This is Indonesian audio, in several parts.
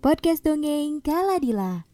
Podcast Dongeng Kaladila.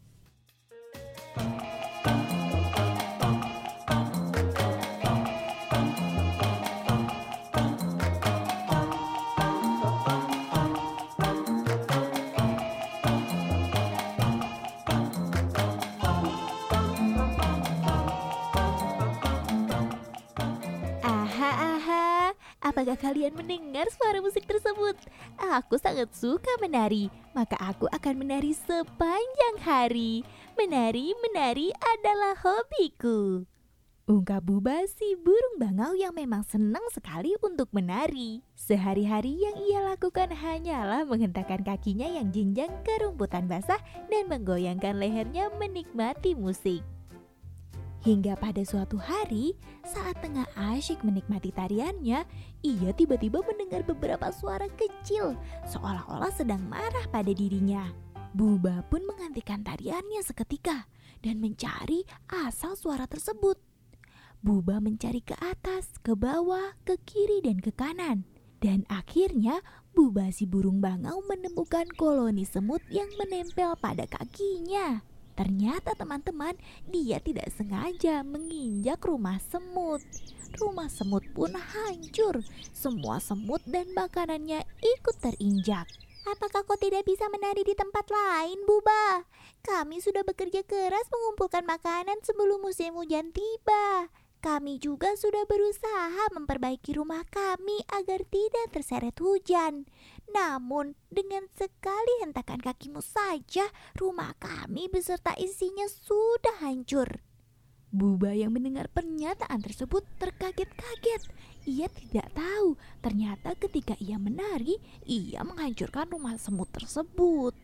Apakah kalian mendengar suara musik tersebut? Aku sangat suka menari, maka aku akan menari sepanjang hari. Menari adalah hobiku. Ungkap Buba si burung bangau yang memang senang sekali untuk menari. Sehari-hari yang ia lakukan hanyalah menghentakkan kakinya yang jenjang ke rumputan basah dan menggoyangkan lehernya menikmati musik. Hingga pada suatu hari, saat tengah asyik menikmati tariannya, ia tiba-tiba mendengar beberapa suara kecil, seolah-olah sedang marah pada dirinya. Buba pun menghentikan tariannya seketika dan mencari asal suara tersebut. Buba mencari ke atas, ke bawah, ke kiri dan ke kanan. Dan akhirnya Buba si burung bangau menemukan koloni semut yang menempel pada kakinya. Ternyata teman-teman, dia tidak sengaja menginjak rumah semut. Rumah semut pun hancur. Semua semut dan makanannya ikut terinjak. Apakah kau tidak bisa menari di tempat lain, Buba? Kami sudah bekerja keras mengumpulkan makanan sebelum musim hujan tiba. Kami juga sudah berusaha memperbaiki rumah kami agar tidak terseret hujan. Namun, dengan sekali hentakan kakimu saja, rumah kami beserta isinya sudah hancur. Buba yang mendengar pernyataan tersebut terkaget-kaget. Ia tidak tahu, ternyata ketika ia menari, ia menghancurkan rumah semut tersebut.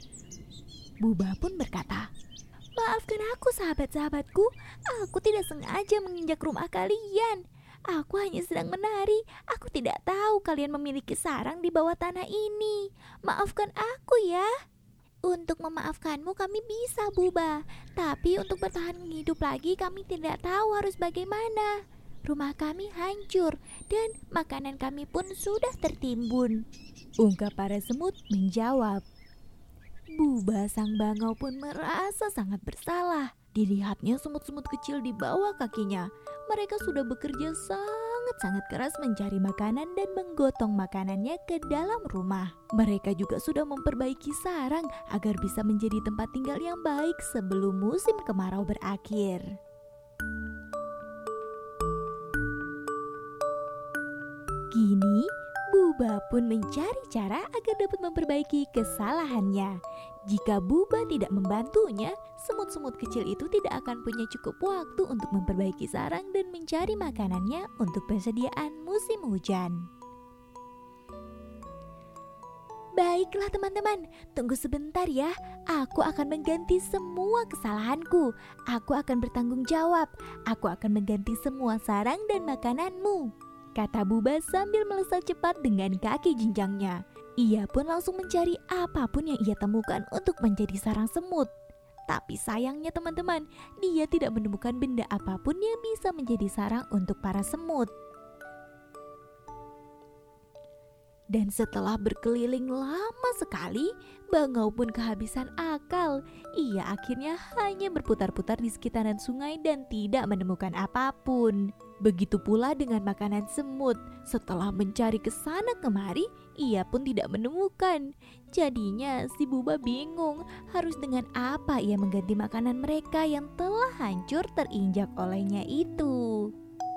Buba pun berkata, "Maafkan aku sahabat-sahabatku, aku tidak sengaja menginjak rumah kalian. Aku hanya sedang menari, aku tidak tahu kalian memiliki sarang di bawah tanah ini. Maafkan aku ya." Untuk memaafkanmu kami bisa, Buba. Tapi untuk bertahan hidup lagi kami tidak tahu harus bagaimana. Rumah kami hancur dan makanan kami pun sudah tertimbun. Ungkap para semut menjawab. Buba sang bangau pun merasa sangat bersalah. Dilihatnya semut-semut kecil di bawah kakinya. Mereka sudah bekerja sangat keras mencari makanan dan menggotong makanannya ke dalam rumah. Mereka juga sudah memperbaiki sarang agar bisa menjadi tempat tinggal yang baik sebelum musim kemarau berakhir. Kini, Buba pun mencari cara agar dapat memperbaiki kesalahannya. Jika Buba tidak membantunya, semut-semut kecil itu tidak akan punya cukup waktu untuk memperbaiki sarang dan mencari makanannya untuk persediaan musim hujan. Baiklah teman-teman, tunggu sebentar ya. Aku akan mengganti semua kesalahanku. Aku akan bertanggung jawab. Aku akan mengganti semua sarang dan makananmu, kata Buba sambil melesat cepat dengan kaki jenjangnya. Ia pun langsung mencari apapun yang ia temukan untuk menjadi sarang semut. Tapi sayangnya teman-teman, dia tidak menemukan benda apapun yang bisa menjadi sarang untuk para semut. Dan setelah berkeliling lama sekali, bangau pun kehabisan akal. Ia akhirnya hanya berputar-putar di sekitaran sungai dan tidak menemukan apapun. Begitu pula dengan makanan semut. Setelah mencari ke sana kemari, ia pun tidak menemukan. Jadinya si Buba bingung harus dengan apa ia mengganti makanan mereka yang telah hancur terinjak olehnya itu.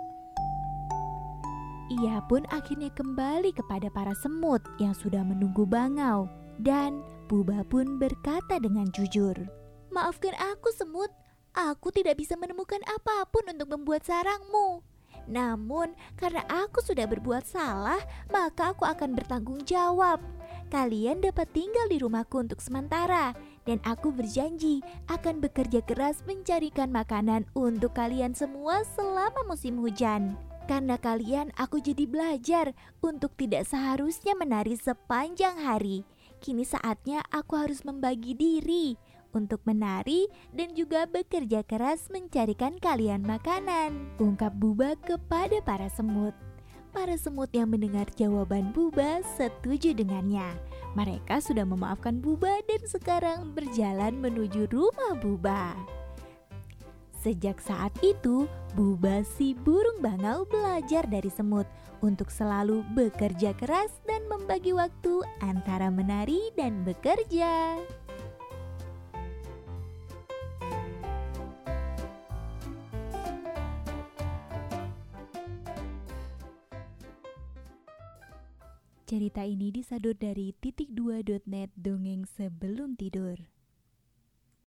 Ia pun akhirnya kembali kepada para semut yang sudah menunggu bangau. Dan Buba pun berkata dengan jujur, "Maafkan aku semut, aku tidak bisa menemukan apapun untuk membuat sarangmu. Namun karena aku sudah berbuat salah, maka aku akan bertanggung jawab. Kalian dapat tinggal di rumahku untuk sementara. Dan aku berjanji akan bekerja keras mencarikan makanan untuk kalian semua selama musim hujan. Karena kalian aku jadi belajar untuk tidak seharusnya menari sepanjang hari. Kini saatnya aku harus membagi diri untuk menari dan juga bekerja keras mencarikan kalian makanan," ungkap Buba kepada para semut. Para semut yang mendengar jawaban Buba setuju dengannya. Mereka sudah memaafkan Buba dan sekarang berjalan menuju rumah Buba. Sejak saat itu, Buba si burung bangau belajar dari semut untuk selalu bekerja keras dan membagi waktu antara menari dan bekerja. Cerita ini disadur dari titik2.net dongeng sebelum tidur.